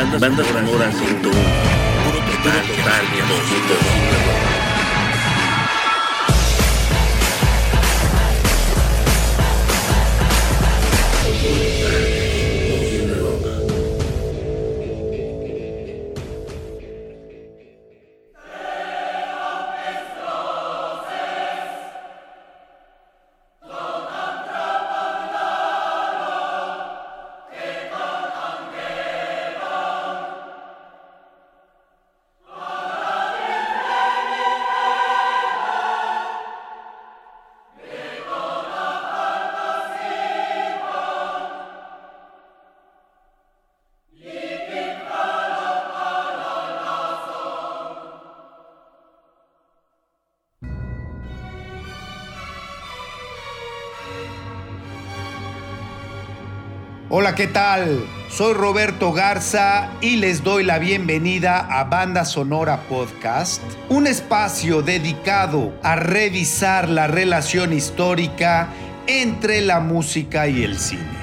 Banda sonora 101. Total, Hola, ¿qué tal? Soy Roberto Garza y les doy la bienvenida a Banda Sonora Podcast, un espacio dedicado a revisar la relación histórica entre la música y el cine.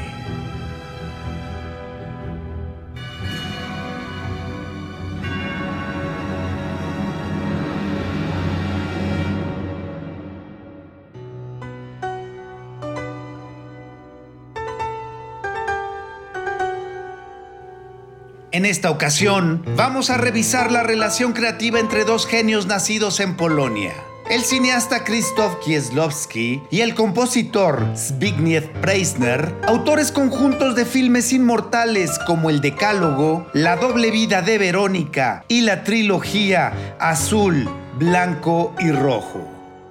En esta ocasión, vamos a revisar la relación creativa entre dos genios nacidos en Polonia: el cineasta Krzysztof Kieślowski y el compositor Zbigniew Preissner, autores conjuntos de filmes inmortales como El Decálogo, La doble vida de Verónica y la trilogía Azul, Blanco y Rojo.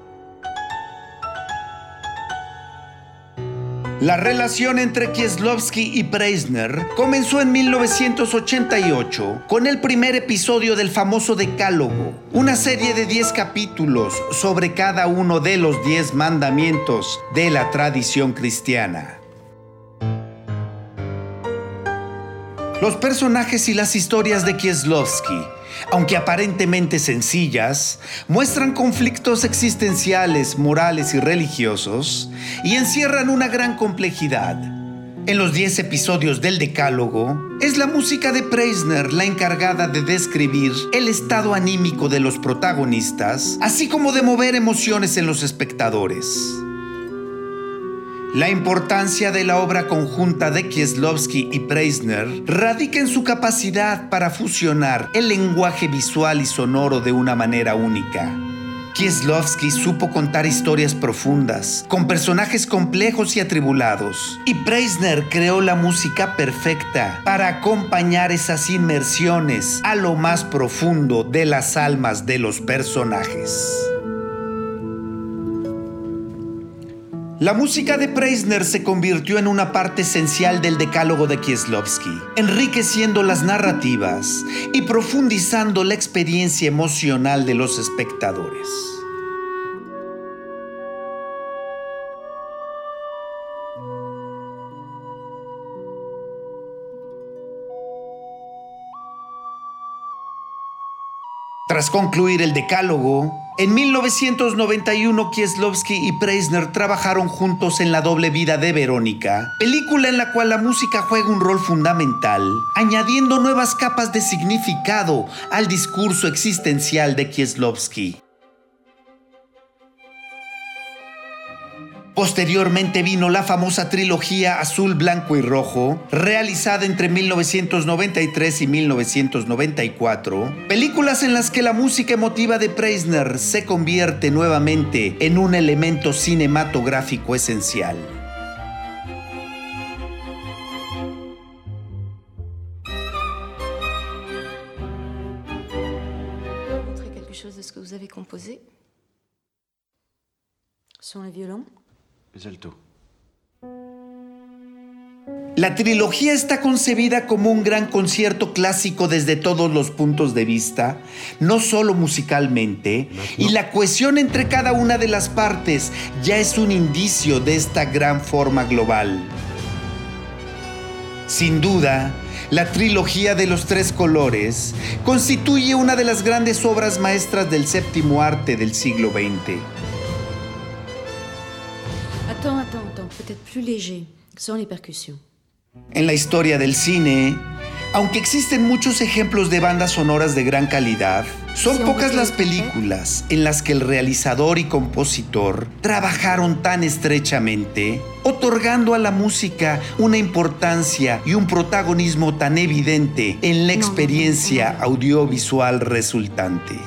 La relación entre Kieślowski y Preissner comenzó en 1988 con el primer episodio del famoso Decálogo, una serie de 10 capítulos sobre cada uno de los 10 mandamientos de la tradición cristiana. Los personajes y las historias de Kieślowski, aunque aparentemente sencillas, muestran conflictos existenciales, morales y religiosos y encierran una gran complejidad. En los 10 episodios del Decálogo, es la música de Preissner la encargada de describir el estado anímico de los protagonistas, así como de mover emociones en los espectadores. La importancia de la obra conjunta de Kieślowski y Preissner radica en su capacidad para fusionar el lenguaje visual y sonoro de una manera única. Kieślowski supo contar historias profundas, con personajes complejos y atribulados, y Preissner creó la música perfecta para acompañar esas inmersiones a lo más profundo de las almas de los personajes. La música de Preissner se convirtió en una parte esencial del Decálogo de Kieślowski, enriqueciendo las narrativas y profundizando la experiencia emocional de los espectadores. Tras concluir el Decálogo, en 1991 Kieślowski y Preissner trabajaron juntos en La doble vida de Verónica, película en la cual la música juega un rol fundamental, añadiendo nuevas capas de significado al discurso existencial de Kieślowski. Posteriormente vino la famosa trilogía Azul, Blanco y Rojo, realizada entre 1993 y 1994, películas en las que la música emotiva de Preissner se convierte nuevamente en un elemento cinematográfico esencial. Montrer quelque chose de ce que vous avez composé sur le violon. Es alto. La trilogía está concebida como un gran concierto clásico desde todos los puntos de vista, no solo musicalmente, y la cohesión entre cada una de las partes ya es un indicio de esta gran forma global. Sin duda, la trilogía de los tres colores constituye una de las grandes obras maestras del séptimo arte del siglo XX. Attends, peut-être plus léger, sans les percussions. En la historia del cine, Aunque existen muchos ejemplos de bandas sonoras de gran calidad, son pocas las películas en las que el realizador y compositor trabajaron tan estrechamente, otorgando a la música una importancia y un protagonismo tan evidente en la experiencia audiovisual resultante.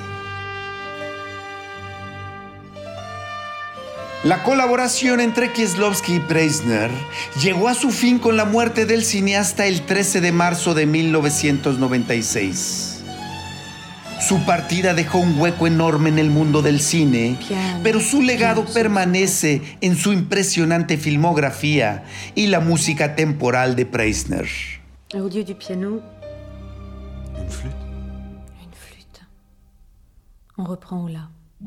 La colaboración entre Kieslowski y Preisner llegó a su fin con la muerte del cineasta el 13 de marzo de 1996. Su partida dejó un hueco enorme en el mundo del cine, pero su legado permanece en su impresionante filmografía y la música temporal de Preisner. Au lieu du piano, Une flûte. une flûte. On reprend au la.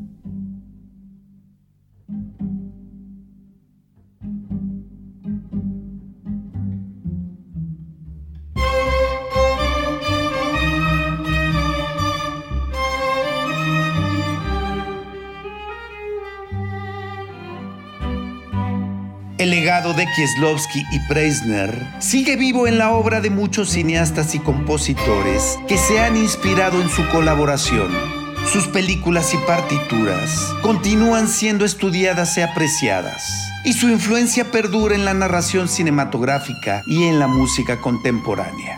El legado de Kieslowski y Preisner sigue vivo en la obra de muchos cineastas y compositores que se han inspirado en su colaboración. Sus películas y partituras continúan siendo estudiadas y apreciadas, y su influencia perdura en la narración cinematográfica y en la música contemporánea.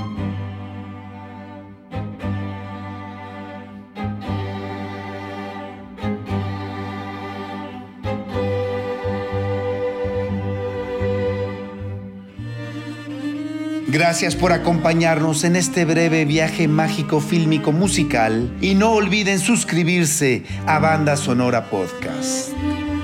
Gracias por acompañarnos en este breve viaje mágico fílmico musical y no olviden suscribirse a Banda Sonora Podcast.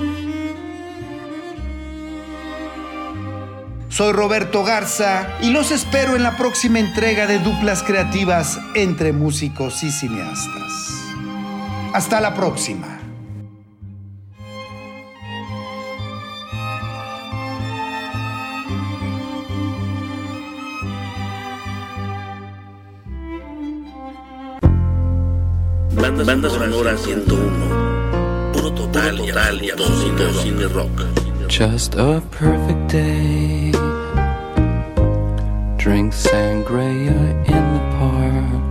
Soy Roberto Garza y los espero en la próxima entrega de Duplas Creativas entre músicos y cineastas. Hasta la próxima. Banda sonora 101. Puro total y absoluto cine rock. Just a perfect day. Drink sangria in the park.